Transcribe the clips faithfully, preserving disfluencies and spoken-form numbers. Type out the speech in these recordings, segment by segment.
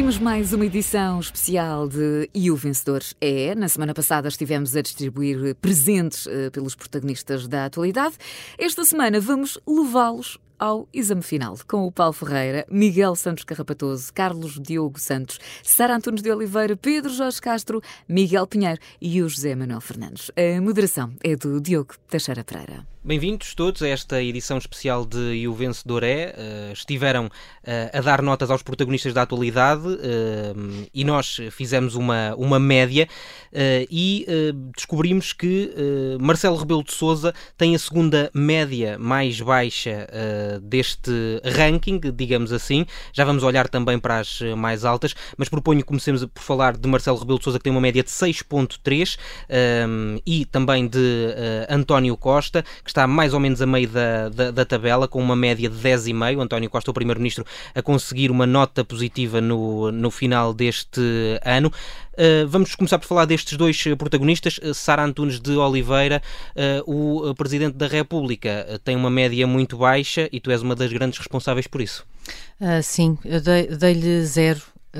Abrimos mais uma edição especial de E o Vencedor é. Na semana passada estivemos a distribuir presentes pelos protagonistas da atualidade. Esta semana vamos levá-los ao exame final, com o Paulo Ferreira, Miguel Santos Carrapatoso, Carlos Diogo Santos, Sara Antunes de Oliveira, Pedro Jorge Castro, Miguel Pinheiro e o José Manuel Fernandes. A moderação é do Diogo Teixeira Pereira. Bem-vindos todos a esta edição especial de E o Vencedor é. Uh, estiveram uh, a dar notas aos protagonistas da atualidade uh, e nós fizemos uma, uma média uh, e uh, descobrimos que uh, Marcelo Rebelo de Sousa tem a segunda média mais baixa uh, deste ranking, digamos assim. Já vamos olhar também para as mais altas, mas proponho que comecemos por falar de Marcelo Rebelo de Sousa, que tem uma média de seis vírgula três um, e também de uh, António Costa, que está mais ou menos a meio da, da, da tabela, com uma média de dez vírgula cinco. António Costa, o primeiro-ministro, a conseguir uma nota positiva no, no final deste ano. Uh, vamos começar por falar destes dois protagonistas. uh, Sara Antunes de Oliveira, uh, o Presidente da República, uh, tem uma média muito baixa e tu és uma das grandes responsáveis por isso. Uh, sim, eu dei, dei-lhe zero.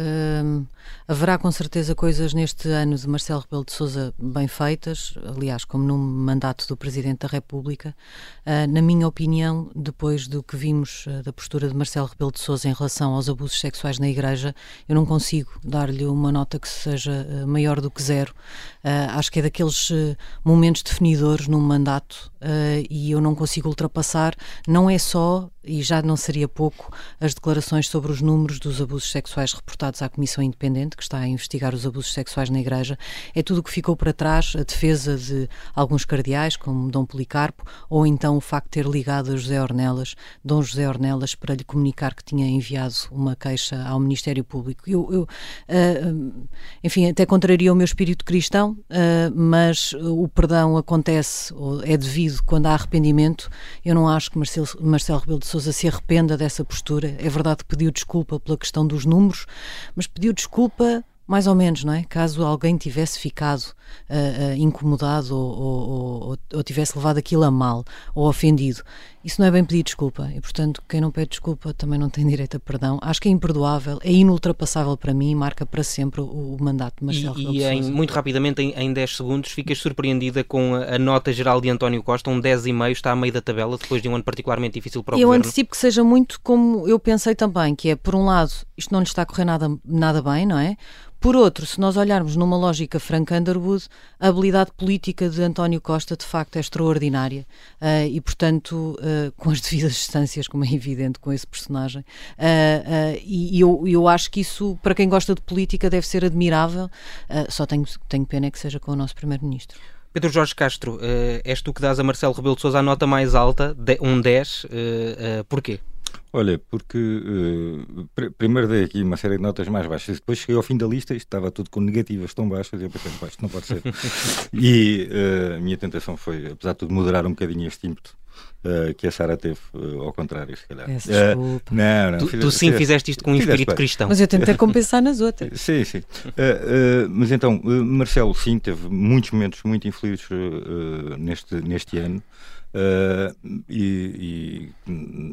Uh, haverá com certeza coisas neste ano de Marcelo Rebelo de Sousa bem feitas, aliás, como no mandato do Presidente da República. Uh, na minha opinião, depois do que vimos uh, da postura de Marcelo Rebelo de Sousa em relação aos abusos sexuais na Igreja, eu não consigo dar-lhe uma nota que seja uh, maior do que zero. Uh, acho que é daqueles uh, momentos definidores num mandato uh, e eu não consigo ultrapassar. Não é só, e já não seria pouco, as declarações sobre os números dos abusos sexuais reportados à Comissão Independente, que está a investigar os abusos sexuais na Igreja. É tudo o que ficou para trás, a defesa de alguns cardeais, como Dom Policarpo, ou então o facto de ter ligado a José Ornelas, Dom José Ornelas, para lhe comunicar que tinha enviado uma queixa ao Ministério Público. Eu, eu uh, enfim, até contraria o meu espírito cristão, uh, mas o perdão acontece, ou é devido quando há arrependimento. Eu não acho que Marcelo, Marcelo Rebelo de Sousa se arrependa dessa postura. É verdade que pediu desculpa pela questão dos números, mas pediu desculpa mais ou menos, não é? Caso alguém tivesse ficado uh, uh, incomodado ou, ou, ou, ou tivesse levado aquilo a mal ou ofendido. Isso não é bem pedir desculpa e, portanto, quem não pede desculpa também não tem direito a perdão. Acho que é imperdoável, é inultrapassável para mim e marca para sempre o, o mandato de Marcelo Rebelo de Sousa. E, em, muito rapidamente, em, em dez segundos, ficas surpreendida com a, a nota geral de António Costa, um dez vírgula cinco, está a meio da tabela, depois de um ano particularmente difícil para o eu Governo. Eu antecipo que seja muito como eu pensei também, que é, por um lado, isto não lhe está a correr nada, nada bem, não é? Por outro, se nós olharmos numa lógica Frank Underwood, a habilidade política de António Costa de facto é extraordinária uh, e, portanto, uh, com as devidas distâncias, como é evidente com esse personagem, uh, uh, e eu, eu acho que isso, para quem gosta de política, deve ser admirável. Uh, só tenho, tenho pena que seja com o nosso Primeiro-Ministro. Pedro Jorge Castro, uh, és tu que dás a Marcelo Rebelo de Sousa a nota mais alta, de, um dez, uh, uh, porquê? Olha, porque uh, pr- primeiro dei aqui uma série de notas mais baixas, depois cheguei ao fim da lista e estava tudo com negativas tão baixas e eu pensei, isto não pode ser. E uh, a minha tentação foi, apesar de tudo, moderar um bocadinho este ímpeto uh, que a Sara teve, uh, ao contrário, se calhar. Peço desculpa. Uh, não, não, tu, fizeste, tu sim fizeste, fizeste isto com um espírito bem. cristão. Mas eu tentei compensar nas outras. Sim, sim. Uh, uh, mas então, uh, Marcelo, sim, teve muitos momentos muito infelizes uh, uh, neste, neste ano. Uh, e, e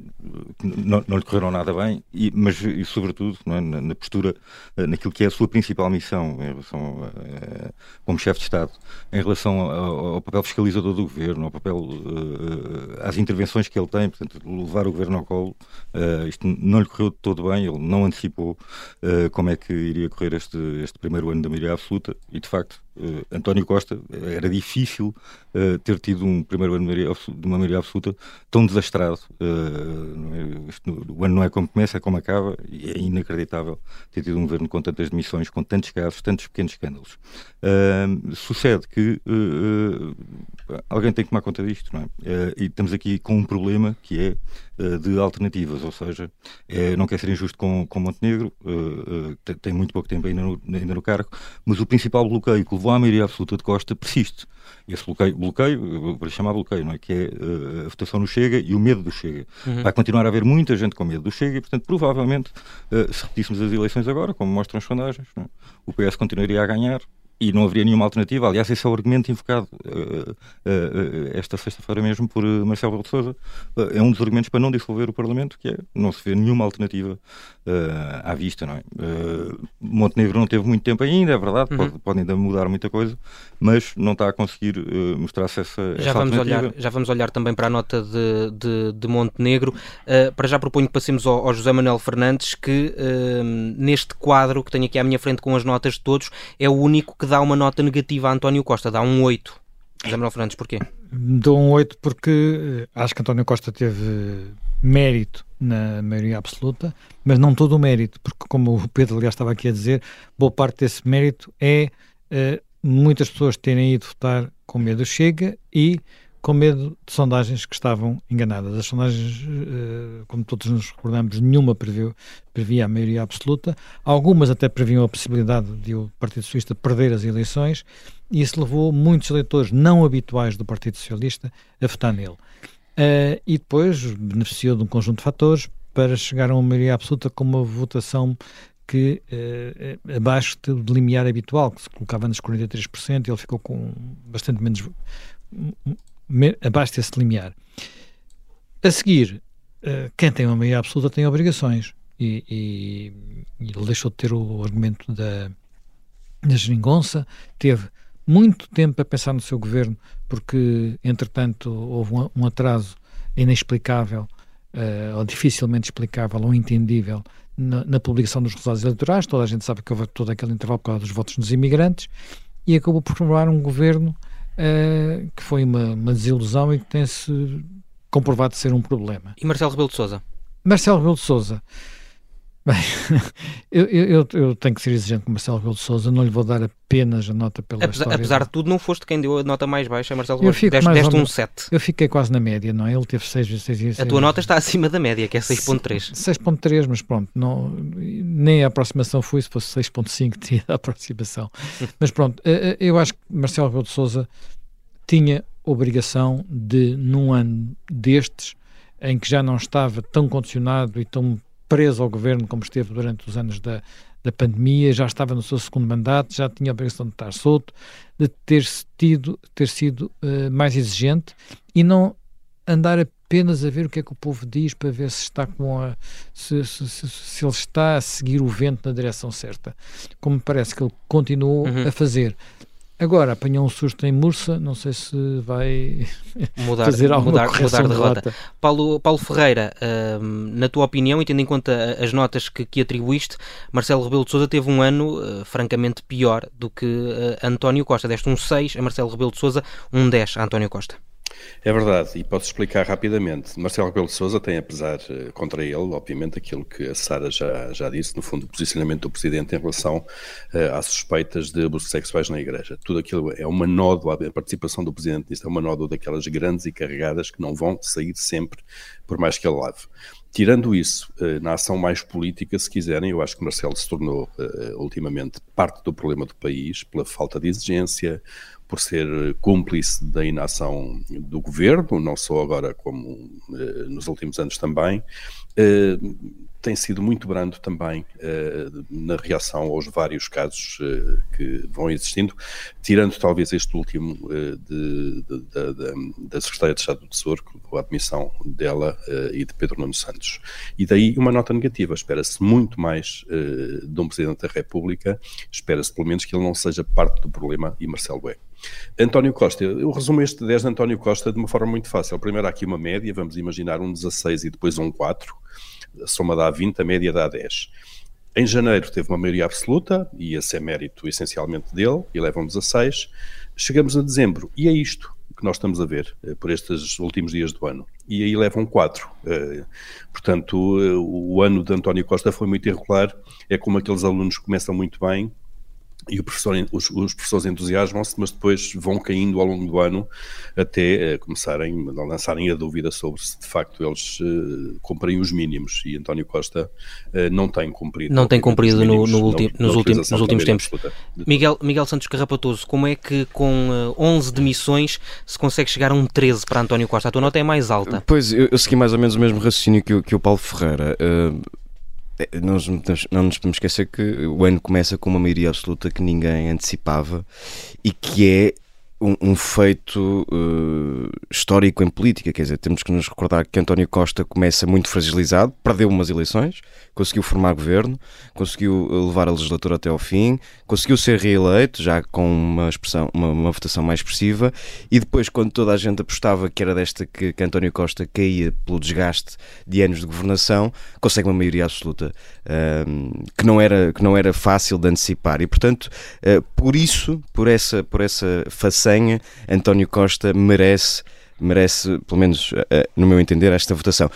não, não lhe correram nada bem, e, mas e sobretudo não é, na, na postura, uh, naquilo que é a sua principal missão em relação a, uh, como chefe de Estado, em relação ao, ao papel fiscalizador do governo, ao papel, uh, às intervenções que ele tem, portanto, levar o governo ao colo. Uh, isto não lhe correu de todo bem, ele não antecipou uh, como é que iria correr este, este primeiro ano da maioria absoluta, e de facto Uh, António Costa, era difícil uh, ter tido um primeiro ano de, maioria, de uma maioria absoluta tão desastrado. Uh, não é, isto, o ano não é como começa, é como acaba, e é inacreditável ter tido um governo com tantas demissões, com tantos casos, tantos pequenos escândalos. Uh, sucede que uh, uh, alguém tem que tomar conta disto, não é? Uh, e estamos aqui com um problema que é uh, de alternativas, ou seja, é, não quer ser injusto com, com Montenegro, uh, uh, tem, tem muito pouco tempo ainda no, ainda no cargo, mas o principal bloqueio que levou à maioria absoluta de Costa persiste. Esse bloqueio, bloqueio para chamar bloqueio, não é? Que é uh, a votação no Chega e o medo do Chega. Uhum. Vai continuar a haver muita gente com medo do Chega e, portanto, provavelmente, uh, se repetíssemos as eleições agora, como mostram as sondagens, não é? O P S continuaria a ganhar, e não haveria nenhuma alternativa. Aliás, esse é o argumento invocado uh, uh, uh, esta sexta-feira mesmo por uh, Marcelo Rebelo de Sousa. Uh, é um dos argumentos para não dissolver o Parlamento, que é não se vê nenhuma alternativa uh, à vista, não é? Uh, Montenegro não teve muito tempo ainda, é verdade, uhum. pode, pode ainda mudar muita coisa, mas não está a conseguir uh, mostrar-se essa, essa já vamos alternativa. Olhar, já vamos olhar também para a nota de, de, de Montenegro. Uh, para já proponho que passemos ao, ao José Manuel Fernandes, que uh, neste quadro que tenho aqui à minha frente com as notas de todos, é o único que dá uma nota negativa a António Costa, dá um oito. José Manuel Fernandes, porquê? Dou um oito porque acho que António Costa teve mérito na maioria absoluta, mas não todo o mérito, porque como o Pedro, aliás, estava aqui a dizer, boa parte desse mérito é uh, muitas pessoas terem ido votar com medo do Chega e com medo de sondagens que estavam enganadas. As sondagens, uh, como todos nos recordamos, nenhuma previu, previa a maioria absoluta. Algumas até previam a possibilidade de o Partido Socialista perder as eleições, e isso levou muitos eleitores não habituais do Partido Socialista a votar nele. Uh, e depois beneficiou de um conjunto de fatores para chegar a uma maioria absoluta com uma votação que uh, abaixo do limiar habitual, que se colocava nos quarenta e três por cento, e ele ficou com bastante menos... abaixo desse limiar. A seguir, uh, quem tem uma maioria absoluta tem obrigações, e, e, e ele deixou de ter o argumento da, da geringonça, teve muito tempo a pensar no seu governo, porque, entretanto, houve um, um atraso inexplicável, uh, ou dificilmente explicável, ou entendível, na, na publicação dos resultados eleitorais. Toda a gente sabe que houve todo aquele intervalo por causa dos votos dos imigrantes, e acabou por formar um governo Uh, que foi uma, uma desilusão e que tem-se comprovado ser um problema. E Marcelo Rebelo de Sousa? Marcelo Rebelo de Sousa. Bem, eu, eu, eu tenho que ser exigente com Marcelo Rebelo de Sousa, não lhe vou dar apenas a nota pela apesar, história. Apesar de tudo, não foste quem deu a nota mais baixa, Marcelo Rebelo. Deste, deste um sete. Eu fiquei quase na média, não é? Ele teve seis vezes seis. A tua nota está acima da média, que é seis ponto três. seis ponto três, mas pronto, não, nem a aproximação foi, se fosse seis ponto cinco tinha a aproximação. Mas pronto, eu acho que Marcelo Rebelo de Sousa tinha obrigação de, num ano destes, em que já não estava tão condicionado e tão preso ao governo como esteve durante os anos da, da pandemia, já estava no seu segundo mandato, já tinha a obrigação de estar solto, de ter, tido, ter sido uh, mais exigente e não andar apenas a ver o que é que o povo diz para ver se está com a, se, se, se, se ele está a seguir o vento na direção certa, como parece que ele continuou uhum. a fazer. Agora, apanhou um susto em Mursa, não sei se vai mudar, fazer alguma mudar, correção mudar de rota. rota. Paulo, Paulo Ferreira, uh, na tua opinião, e tendo em conta as notas que, que atribuíste, Marcelo Rebelo de Sousa teve um ano uh, francamente pior do que uh, António Costa. Deste um seis a Marcelo Rebelo de Sousa, um dez a António Costa. É verdade, e posso explicar rapidamente. Marcelo Rebelo de Sousa tem, apesar, contra ele, obviamente, aquilo que a Sara já, já disse, no fundo, o posicionamento do Presidente em relação uh, às suspeitas de abusos sexuais na Igreja. Tudo aquilo é uma nódoa, a participação do Presidente nisto é uma nódoa daquelas grandes e carregadas que não vão sair sempre, por mais que ele lave. Tirando isso, na ação mais política, se quiserem, eu acho que Marcelo se tornou, uh, ultimamente, parte do problema do país, pela falta de exigência, por ser cúmplice da inação do governo, não só agora como uh, nos últimos anos também. Uh, tem sido muito brando também uh, na reação aos vários casos uh, que vão existindo, tirando talvez este último uh, de, de, de, de, da Secretária de Estado do Tesouro, que levou a admissão dela uh, e de Pedro Nuno Santos. E daí uma nota negativa. Espera-se muito mais uh, de um Presidente da República, espera-se pelo menos que ele não seja parte do problema, e Marcelo é. António Costa, eu resumo este dez de António Costa de uma forma muito fácil. Primeiro há aqui uma média, vamos imaginar um dezasseis e depois um quatro, a soma dá vinte, a média dá dez. Em janeiro teve uma maioria absoluta, e esse é mérito essencialmente dele, e leva um dezasseis. Chegamos a dezembro, e é isto que nós estamos a ver por estes últimos dias do ano, e aí leva um quatro. Portanto, o ano de António Costa foi muito irregular, é como aqueles alunos que começam muito bem, e o professor, os, os professores entusiasmam-se, mas depois vão caindo ao longo do ano até uh, começarem a lançarem a dúvida sobre se de facto eles uh, cumprem os mínimos, e António Costa uh, não tem cumprido. Não tem cumprido mínimos, no, no ulti, na, nos, na últimos, nos últimos tempos. Miguel, Miguel Santos Carrapatoso, como é que com uh, onze demissões se consegue chegar a um treze para António Costa? A tua nota é mais alta. Pois, eu, eu segui mais ou menos o mesmo raciocínio que o, que o Paulo Ferreira. Uh, não nos, não nos podemos esquecer que o ano começa com uma maioria absoluta que ninguém antecipava e que é um, um feito uh, histórico em política. Quer dizer, temos que nos recordar que António Costa começa muito fragilizado, perdeu umas eleições, conseguiu formar governo, conseguiu levar a legislatura até ao fim, conseguiu ser reeleito, já com uma, expressão, uma, uma votação mais expressiva, e depois, quando toda a gente apostava que era desta que, que António Costa caía pelo desgaste de anos de governação, consegue uma maioria absoluta uh, que, não era, que não era fácil de antecipar. E, portanto, uh, por isso, por essa, por essa façanha, António Costa merece, merece, pelo menos uh, no meu entender, esta votação.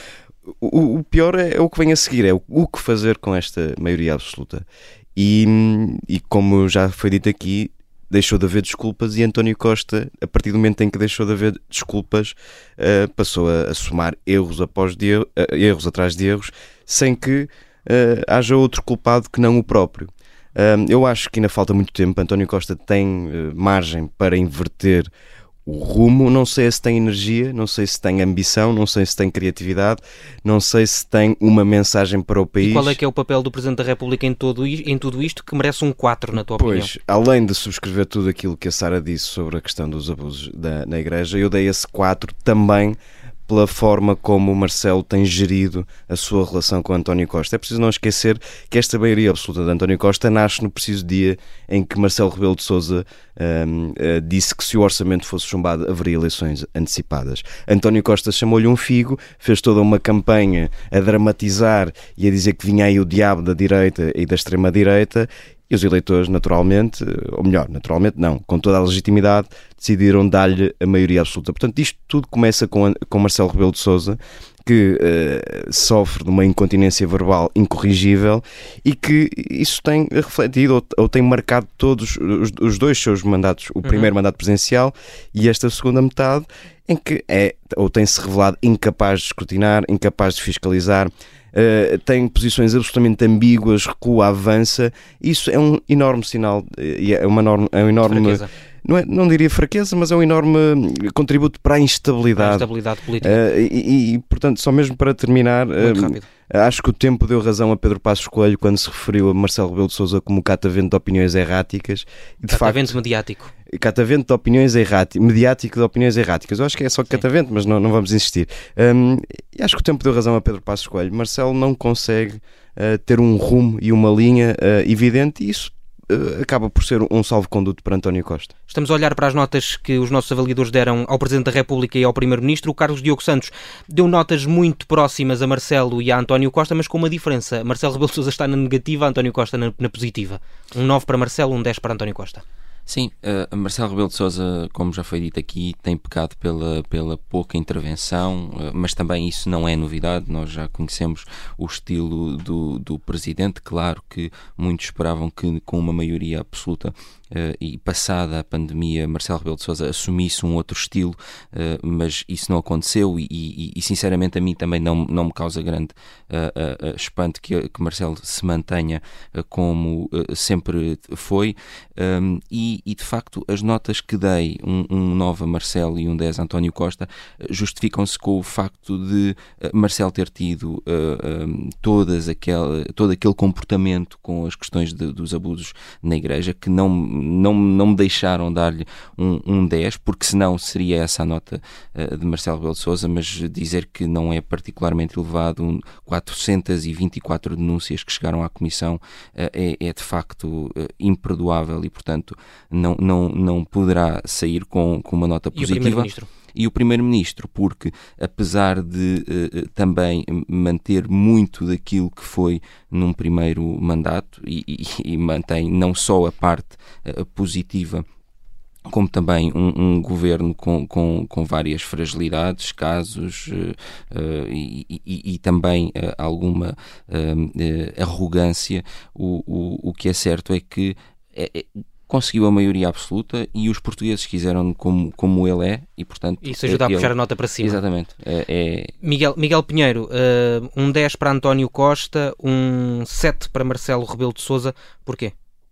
O, o pior é, é o que vem a seguir, é o, o que fazer com esta maioria absoluta. E, e como já foi dito aqui, deixou de haver desculpas e António Costa, a partir do momento em que deixou de haver desculpas, uh, passou a, a somar erros, após de, uh, erros atrás de erros, sem que uh, haja outro culpado que não o próprio. Uh, eu acho que ainda falta muito tempo. António Costa tem uh, margem para inverter o rumo, não sei se tem energia, não sei se tem ambição, não sei se tem criatividade, não sei se tem uma mensagem para o país. E qual é que é o papel do Presidente da República em, todo, em tudo isto que merece um quatro, na tua pois, opinião? Pois, além de subscrever tudo aquilo que a Sara disse sobre a questão dos abusos da, na Igreja, eu dei esse quatro também pela forma como o Marcelo tem gerido a sua relação com António Costa. É preciso não esquecer que esta maioria absoluta de António Costa nasce no preciso dia em que Marcelo Rebelo de Sousa um, uh, disse que se o orçamento fosse chumbado haveria eleições antecipadas. António Costa chamou-lhe um figo, fez toda uma campanha a dramatizar e a dizer que vinha aí o diabo da direita e da extrema-direita. E os eleitores, naturalmente, ou melhor, naturalmente não, com toda a legitimidade, decidiram dar-lhe a maioria absoluta. Portanto, isto tudo começa com, com Marcelo Rebelo de Sousa, que uh, sofre de uma incontinência verbal incorrigível e que isso tem refletido ou, ou tem marcado todos os, os dois seus mandatos, o primeiro uhum. mandato presidencial e esta segunda metade, em que é ou tem-se revelado incapaz de escrutinar, incapaz de fiscalizar, Uh, tem posições absolutamente ambíguas, recua, avança. Isso é um enorme sinal, e é, uma enorme, é um enorme não, é, não diria fraqueza, mas é um enorme contributo para a instabilidade, a instabilidade política. Uh, e, e, portanto, só mesmo para terminar, uh, acho que o tempo deu razão a Pedro Passos Coelho quando se referiu a Marcelo Rebelo de Sousa como catavento de opiniões erráticas. E, de catavento facto, mediático. Catavento de opiniões erráticas, mediático de opiniões erráticas. Eu acho que é só Sim. catavento, mas não, não vamos insistir. Um, acho que o tempo deu razão a Pedro Passos Coelho. Marcelo não consegue uh, ter um rumo e uma linha uh, evidente, e isso uh, acaba por ser um salvo-conduto para António Costa. Estamos a olhar para as notas que os nossos avaliadores deram ao Presidente da República e ao Primeiro-Ministro. O Carlos Diogo Santos deu notas muito próximas a Marcelo e a António Costa, mas com uma diferença. Marcelo Rebelo de Sousa está na negativa, António Costa na, na positiva. Um nove para Marcelo, um dez para António Costa. Sim, uh, Marcelo Rebelo de Sousa, como já foi dito aqui, tem pecado pela, pela pouca intervenção, uh, mas também isso não é novidade. Nós já conhecemos o estilo do, do Presidente. Claro que muitos esperavam que com uma maioria absoluta uh, e passada a pandemia Marcelo Rebelo de Sousa assumisse um outro estilo, uh, mas isso não aconteceu e, e, e sinceramente a mim também não, não me causa grande uh, uh, espanto que, que Marcelo se mantenha uh, como uh, sempre foi. Um, e E, de facto, as notas que dei, um, um nove a Marcelo e um dez a António Costa, justificam-se com o facto de uh, Marcelo ter tido uh, um, todas aquele, todo aquele comportamento com as questões de, dos abusos na Igreja que não, não, não me deixaram dar-lhe um, um dez, porque senão seria essa a nota uh, de Marcelo Rebelo de Sousa, mas dizer que não é particularmente elevado, um, quatrocentas e vinte e quatro denúncias que chegaram à Comissão uh, é, é de facto uh, imperdoável e, portanto, Não, não, não poderá sair com, com uma nota positiva. E o Primeiro-Ministro? E o Primeiro-Ministro, porque apesar de uh, também manter muito daquilo que foi num primeiro mandato e, e, e mantém não só a parte uh, positiva, como também um, um governo com, com, com várias fragilidades, casos uh, uh, e, e, e também uh, alguma uh, uh, arrogância, o, o, o que é certo é que é, é, conseguiu a maioria absoluta e os portugueses quiseram como, como ele é e, portanto... Isso ajuda ele, a puxar a nota para cima. Exatamente. É, é... Miguel, Miguel Pinheiro, uh, um dez para António Costa, um sete para Marcelo Rebelo de Sousa. Porquê?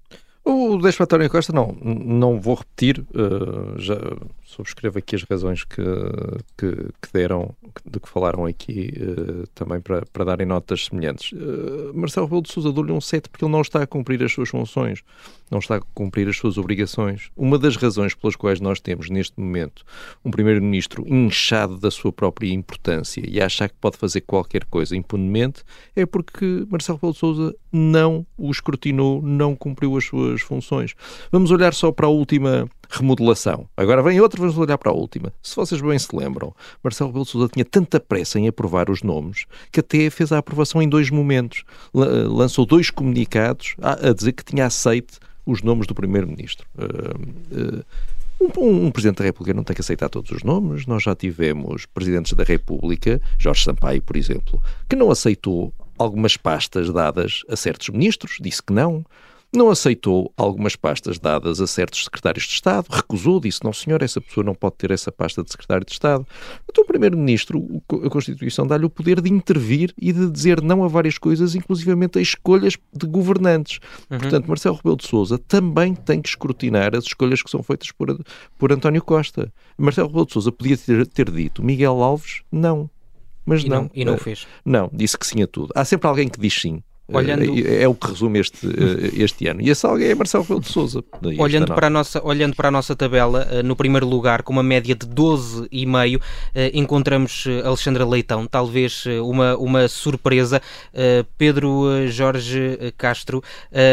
O deixo António Costa, não, não vou repetir, uh, já subscrevo aqui as razões que, que, que deram, de que falaram aqui uh, também para, para darem notas semelhantes. Uh, Marcelo Rebelo de Sousa deu-lhe um sete porque ele não está a cumprir as suas funções, não está a cumprir as suas obrigações. Uma das razões pelas quais nós temos neste momento um primeiro-ministro inchado da sua própria importância e a achar que pode fazer qualquer coisa impunemente é porque Marcelo Rebelo de Sousa não o escrutinou, não cumpriu as suas funções. Vamos olhar só para a última remodelação. Agora vem outra, vamos olhar para a última. Se vocês bem se lembram, Marcelo Rebelo de Sousa tinha tanta pressa em aprovar os nomes que até fez a aprovação em dois momentos. Lançou dois comunicados a, a dizer que tinha aceite os nomes do primeiro-ministro. Uh, uh, um, um Presidente da República não tem que aceitar todos os nomes. Nós já tivemos Presidentes da República, Jorge Sampaio, por exemplo, que não aceitou algumas pastas dadas a certos ministros, disse que não. Não aceitou algumas pastas dadas a certos secretários de Estado, recusou, disse, não senhor, essa pessoa não pode ter essa pasta de secretário de Estado. Então o Primeiro-Ministro, a Constituição dá-lhe o poder de intervir e de dizer não a várias coisas, inclusivamente a escolhas de governantes. Uhum. Portanto, Marcelo Rebelo de Sousa também tem que escrutinar as escolhas que são feitas por, por António Costa. Marcelo Rebelo de Sousa podia ter, ter dito Miguel Alves, não. Mas e não. não. E não o fez. Não, disse que sim a tudo. Há sempre alguém que diz sim. Olhando... É, é o que resume este, este ano. E esse alguém é Marcelo Rebelo de Sousa. Olhando para, a nossa, olhando para a nossa tabela, no primeiro lugar, com uma média de doze vírgula cinco, encontramos Alexandra Leitão, talvez uma, uma surpresa. Pedro Jorge Castro,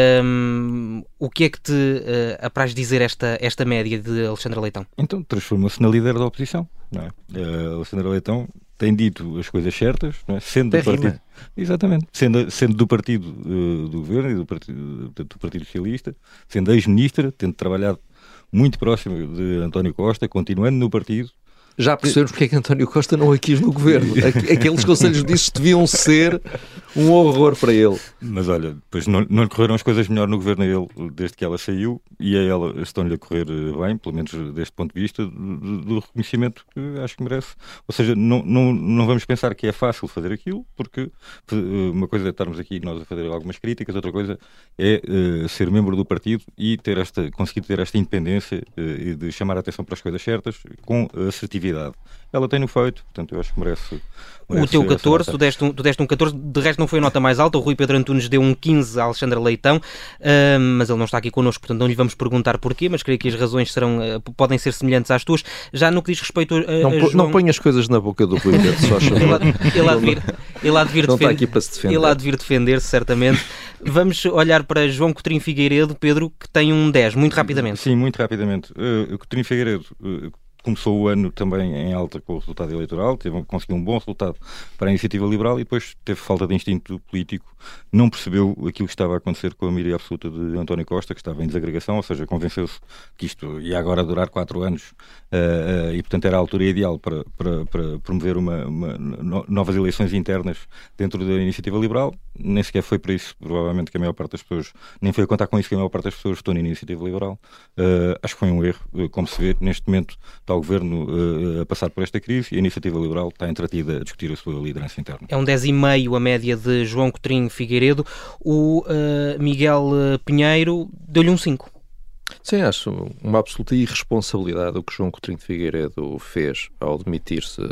um, o que é que te uh, apraz dizer esta, esta média de Alexandra Leitão? Então, transforma-se na líder da oposição, não é? Uh, Alexandra Leitão tem dito as coisas certas, não é? Sendo do partido, exatamente, sendo, sendo do partido uh, do governo e do partido, do partido Socialista, sendo ex-ministra, tendo trabalhado muito próximo de António Costa, continuando no partido. Já percebemos porque é que António Costa não a quis no governo. Aqueles conselhos disso deviam ser um horror para ele. Mas olha, depois não, não lhe correram as coisas melhor no governo a ele desde que ela saiu, e a ela estão-lhe a correr bem, pelo menos deste ponto de vista, do, do reconhecimento que acho que merece. Ou seja, não, não, não vamos pensar que é fácil fazer aquilo, porque uma coisa é estarmos aqui nós a fazer algumas críticas, outra coisa é uh, ser membro do partido e ter esta, conseguir ter esta independência uh, e de chamar a atenção para as coisas certas com assertividade. Ela tem-no feito, portanto eu acho que merece. merece o teu catorze, tu deste, um, tu deste um catorze, de resto não foi a nota mais alta, o Rui Pedro Antunes deu um quinze a Alexandra Leitão, uh, mas ele não está aqui connosco, portanto não lhe vamos perguntar porquê, mas creio que as razões serão, uh, podem ser semelhantes às tuas. Já no que diz respeito a, a não, João... não ponha as coisas na boca do Rui Pedro, só ele, ele há de vir, ele há de vir não defender, está aqui para se defender. Ele há de vir defender-se, certamente. Vamos olhar para João Coutinho Figueiredo, Pedro, que tem um dez, muito rapidamente. Sim, muito rapidamente. Uh, Coutinho Figueiredo... Uh, começou o ano também em alta com o resultado eleitoral, teve, conseguiu um bom resultado para a Iniciativa Liberal e depois teve falta de instinto político, não percebeu aquilo que estava a acontecer com a maioria absoluta de António Costa, que estava em desagregação, ou seja, convenceu-se que isto ia agora durar quatro anos uh, uh, e, portanto, era a altura ideal para, para, para promover uma, uma, no, novas eleições internas dentro da Iniciativa Liberal. Nem sequer foi para isso, provavelmente, que a maior parte das pessoas, nem foi a contar com isso que a maior parte das pessoas estão na Iniciativa Liberal. Uh, acho que foi um erro, uh, como se vê, neste momento está o Governo uh, a passar por esta crise e a Iniciativa Liberal está entretida a discutir a sua liderança interna. É um dez vírgula cinco a média de João Coutinho Figueiredo. O uh, Miguel Pinheiro deu-lhe um cinco. Sim, acho uma absoluta irresponsabilidade o que João Coutinho de Figueiredo fez ao demitir-se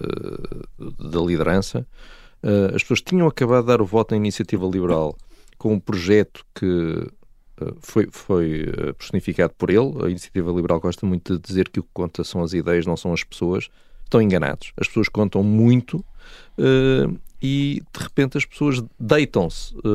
uh, da liderança. Uh, as pessoas tinham acabado de dar o voto à Iniciativa Liberal com um projeto que Foi, foi personificado por ele. A Iniciativa Liberal gosta muito de dizer que o que conta são as ideias, não são as pessoas. Estão enganados. As pessoas contam muito uh, e, de repente, as pessoas deitam-se uh,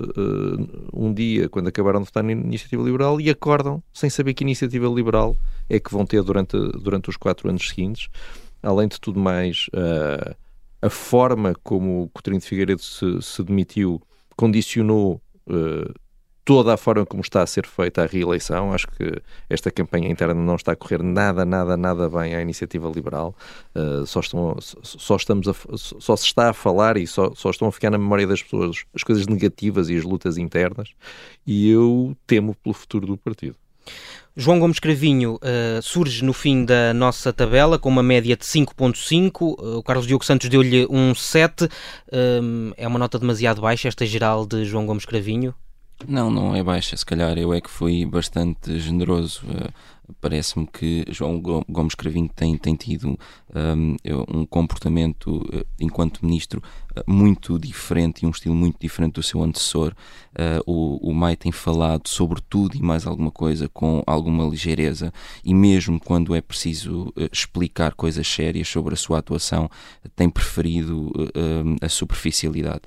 uh, um dia, quando acabaram de votar na Iniciativa Liberal, e acordam sem saber que Iniciativa Liberal é que vão ter durante, durante os quatro anos seguintes. Além de tudo mais, uh, a forma como o Coutinho de Figueiredo se, se demitiu condicionou uh, toda a forma como está a ser feita a reeleição. Acho que esta campanha interna não está a correr nada, nada, nada bem à Iniciativa Liberal. Uh, só, estão, só, estamos a, só se está a falar e só, só estão a ficar na memória das pessoas as coisas negativas e as lutas internas, e eu temo pelo futuro do partido. João Gomes Cravinho uh, surge no fim da nossa tabela com uma média de cinco vírgula cinco. Uh, o Carlos Diogo Santos deu-lhe um sete. Uh, é uma nota demasiado baixa esta geral de João Gomes Cravinho? Não, não é baixa. Se calhar eu é que fui bastante generoso. Uh, Parece-me que João Gomes Cravinho tem, tem tido um, um comportamento, uh, enquanto ministro, uh, muito diferente e um estilo muito diferente do seu antecessor. Uh, o, o Maia tem falado sobre tudo e mais alguma coisa com alguma ligeireza, e mesmo quando é preciso uh, explicar coisas sérias sobre a sua atuação, tem preferido uh, uh, a superficialidade.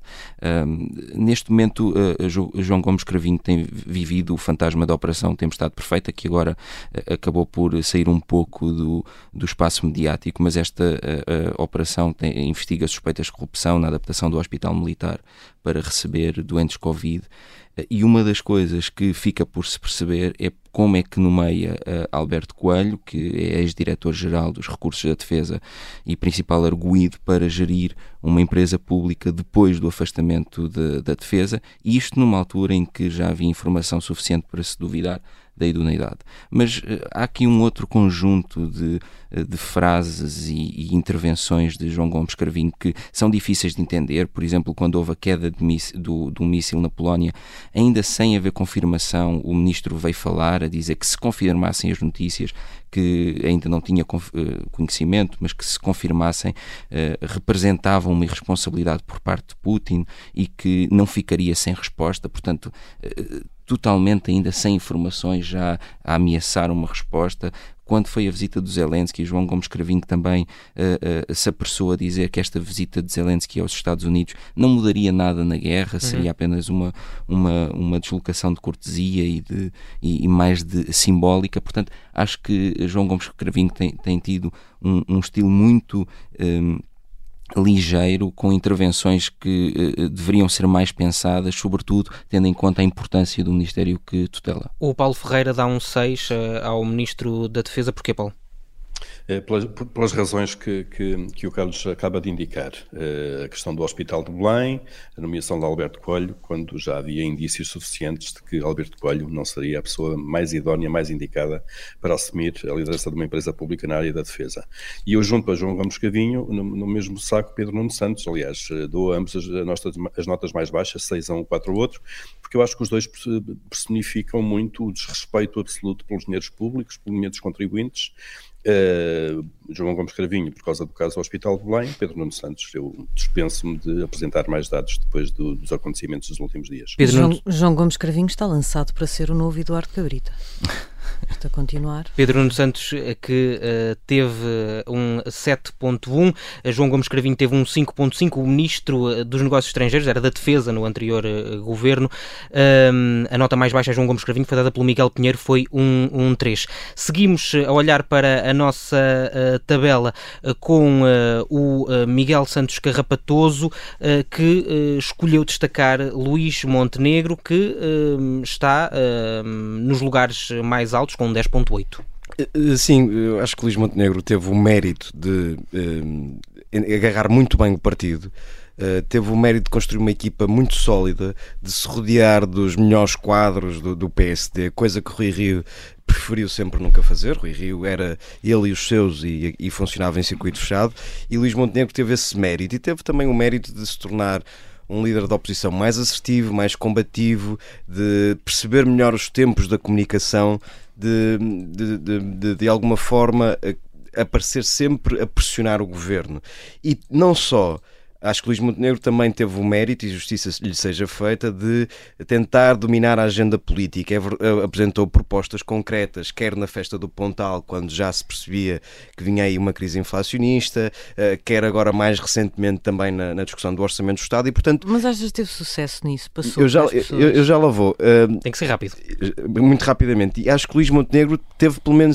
Uh, neste momento, uh, João Gomes Cravinho tem vivido o fantasma da Operação Tempestade Perfeita, que agora uh, acabou por sair um pouco do, do espaço mediático, mas esta a, a operação tem, investiga suspeitas de corrupção na adaptação do Hospital Militar para receber doentes Covid, e uma das coisas que fica por se perceber é como é que nomeia uh, Alberto Coelho, que é ex-diretor-geral dos Recursos da Defesa e principal arguido para gerir uma empresa pública depois do afastamento de, da Defesa, e isto numa altura em que já havia informação suficiente para se duvidar da idoneidade. Mas uh, há aqui um outro conjunto de, uh, de frases e, e intervenções de João Gomes Cravinho que são difíceis de entender. Por exemplo, quando houve a queda de míssil, do, do míssil na Polónia, ainda sem haver confirmação, o ministro veio falar a dizer que se confirmassem as notícias, que ainda não tinha conhecimento, mas que se confirmassem, eh, representavam uma irresponsabilidade por parte de Putin e que não ficaria sem resposta. Portanto, eh, totalmente ainda sem informações, já a ameaçar uma resposta. Quando foi a visita do Zelensky, João Gomes Cravinho também uh, uh, se apressou a dizer que esta visita de Zelensky aos Estados Unidos não mudaria nada na guerra, uhum. seria apenas uma, uma, uma deslocação de cortesia e, de, e, e mais de simbólica. Portanto, acho que João Gomes Cravinho tem, tem tido um, um estilo muito um, ligeiro, com intervenções que uh, deveriam ser mais pensadas, sobretudo tendo em conta a importância do Ministério que tutela. O Paulo Ferreira dá um seis uh, ao Ministro da Defesa. Porquê, Paulo? Pelas, pelas razões que, que, que o Carlos acaba de indicar. A questão do Hospital de Belém, a nomeação de Alberto Coelho, quando já havia indícios suficientes de que Alberto Coelho não seria a pessoa mais idónea, mais indicada para assumir a liderança de uma empresa pública na área da defesa. E eu junto para João Gomes Cravinho, no, no mesmo saco, Pedro Nuno Santos. Aliás, dou a ambos as, notas, as notas mais baixas, seis a um, quatro a outro, porque eu acho que os dois personificam muito o desrespeito absoluto pelos dinheiros públicos, pelo dinheiro dos contribuintes. Uh, João Gomes Cravinho, por causa do caso do Hospital de Belém. Pedro Nuno Santos, eu dispenso-me de apresentar mais dados depois do, dos acontecimentos dos últimos dias. Pedro João, João Gomes Cravinho está lançado para ser o novo Eduardo Cabrita. Está a continuar. Pedro Nuno Santos, que uh, teve um sete ponto um, João Gomes Cravinho teve um cinco ponto cinco, o Ministro dos Negócios Estrangeiros, era da Defesa no anterior uh, governo. Um, a nota mais baixa a João Gomes Cravinho foi dada pelo Miguel Pinheiro, foi um, um três. Seguimos a olhar para a nossa uh, tabela uh, com uh, o uh, Miguel Santos Carrapatoso, uh, que uh, escolheu destacar Luís Montenegro, que uh, está uh, nos lugares mais altos, com dez ponto oito. Sim, eu acho que Luís Montenegro teve o mérito de eh, agarrar muito bem o partido, eh, teve o mérito de construir uma equipa muito sólida, de se rodear dos melhores quadros do, do P S D, coisa que Rui Rio preferiu sempre nunca fazer. Rui Rio era ele e os seus e, e funcionava em circuito fechado, e Luís Montenegro teve esse mérito, e teve também o mérito de se tornar um líder da oposição mais assertivo, mais combativo, de perceber melhor os tempos da comunicação, de, de, de, de, de alguma forma aparecer sempre a pressionar o governo. E não só, acho que Luís Montenegro também teve o mérito, e justiça lhe seja feita, de tentar dominar a agenda política. Apresentou propostas concretas, quer na festa do Pontal, quando já se percebia que vinha aí uma crise inflacionista, quer agora mais recentemente também na, na discussão do Orçamento do Estado, e portanto... Mas achas que teve sucesso nisso? Passou eu, já, eu, eu já lá vou. Tem que ser rápido. Muito rapidamente. E acho que Luís Montenegro teve pelo menos,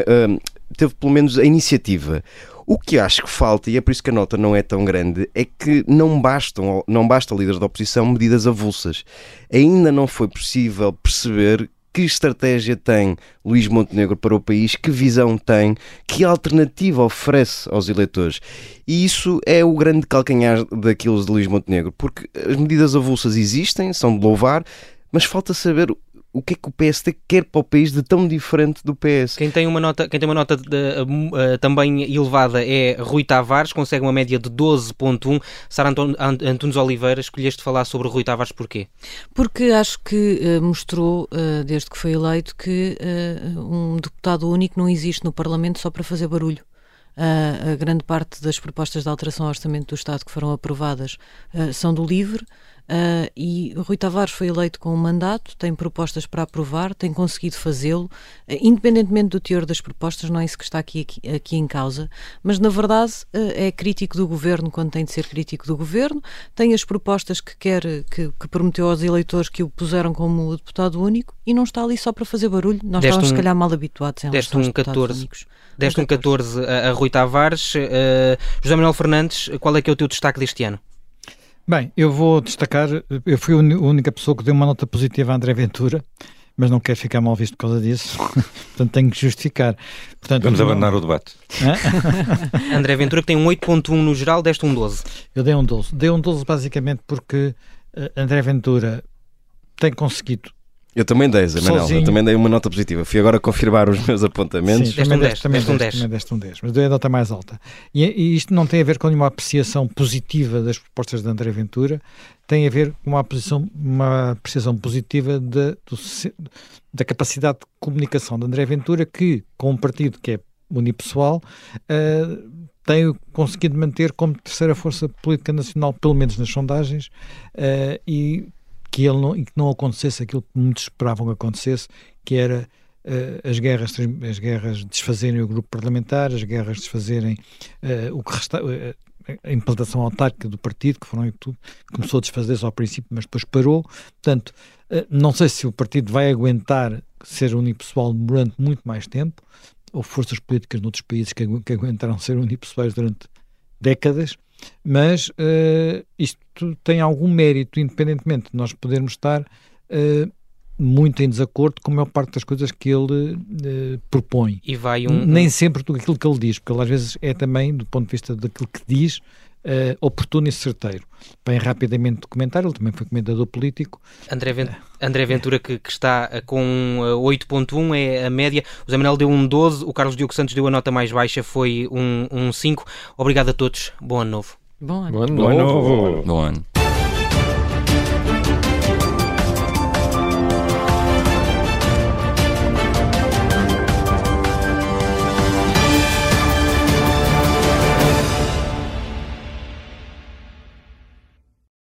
teve pelo menos a iniciativa. O que acho que falta, e é por isso que a nota não é tão grande, é que não bastam, não basta líderes da oposição medidas avulsas. Ainda não foi possível perceber que estratégia tem Luís Montenegro para o país, que visão tem, que alternativa oferece aos eleitores. E isso é o grande calcanhar daqueles de Luís Montenegro, porque as medidas avulsas existem, são de louvar, mas falta saber o que é que o P S D quer para o país de tão diferente do P S? Quem tem uma nota, quem tem uma nota de, uh, uh, também elevada é Rui Tavares, consegue uma média de doze vírgula um. Sara Anton, Antunes Oliveira, escolheste falar sobre Rui Tavares porquê? Porque acho que uh, mostrou, uh, desde que foi eleito, que uh, um deputado único não existe no Parlamento só para fazer barulho. Uh, a grande parte das propostas de alteração ao Orçamento do Estado que foram aprovadas uh, são do LIVRE. Uh, e Rui Tavares foi eleito com um mandato, tem propostas para aprovar, tem conseguido fazê-lo, uh, independentemente do teor das propostas, não é isso que está aqui, aqui, aqui em causa, mas na verdade uh, é crítico do governo quando tem de ser crítico do governo, tem as propostas que quer, que, que prometeu aos eleitores que o puseram como deputado único e não está ali só para fazer barulho. Nós deste estávamos um, se calhar mal habituados em relação aos deputados catorze, únicos. Deste um catorze a, a Rui Tavares. uh, José Manuel Fernandes, qual é que é o teu destaque deste ano? Bem, eu vou destacar, eu fui a única pessoa que deu uma nota positiva a André Ventura, mas não quero ficar mal visto por causa disso, portanto tenho que justificar. Portanto, Vamos não... abandonar o debate. André Ventura, que tem um oito vírgula um no geral, deste um doze. Eu dei um doze. Dei um doze basicamente porque uh, André Ventura tem conseguido. Eu também dei, Zé Manuel, eu também dei uma nota positiva. Fui agora confirmar os meus apontamentos. Sim, também deste um dez. Também deste um dez, mas dei a nota mais alta. E, e isto não tem a ver com nenhuma apreciação positiva das propostas de André Ventura, tem a ver com uma apreciação, uma apreciação positiva de, do, da capacidade de comunicação de André Ventura, que, com um partido que é unipessoal, uh, tem conseguido manter como terceira força política nacional, pelo menos nas sondagens, uh, e que ele não, e que não acontecesse aquilo que muitos esperavam que acontecesse, que era uh, as guerras as guerras desfazerem o grupo parlamentar, as guerras desfazerem uh, o que resta, uh, a implantação autárquica do partido, que foram tudo, começou a desfazer-se ao princípio, mas depois parou. Portanto, uh, não sei se o partido vai aguentar ser unipessoal durante muito mais tempo. Houve forças políticas noutros países que, que aguentaram ser unipessoais durante décadas. Mas uh, isto tem algum mérito, independentemente de nós podermos estar uh, muito em desacordo com a maior parte das coisas que ele uh, propõe. E vai um, Nem um... sempre do aquilo que ele diz, porque ele às vezes é também, do ponto de vista daquilo que diz, uh, oportuno e certeiro. Bem rapidamente documentar, ele também foi comentador político. André, Vent... André Ventura, que, que está com oito vírgula um, é a média. O Zé Manuel deu um doze, o Carlos Diogo Santos deu a nota mais baixa, foi um, um cinco. Obrigado a todos, bom ano novo. Bom ano. Bom ano novo. Bom ano.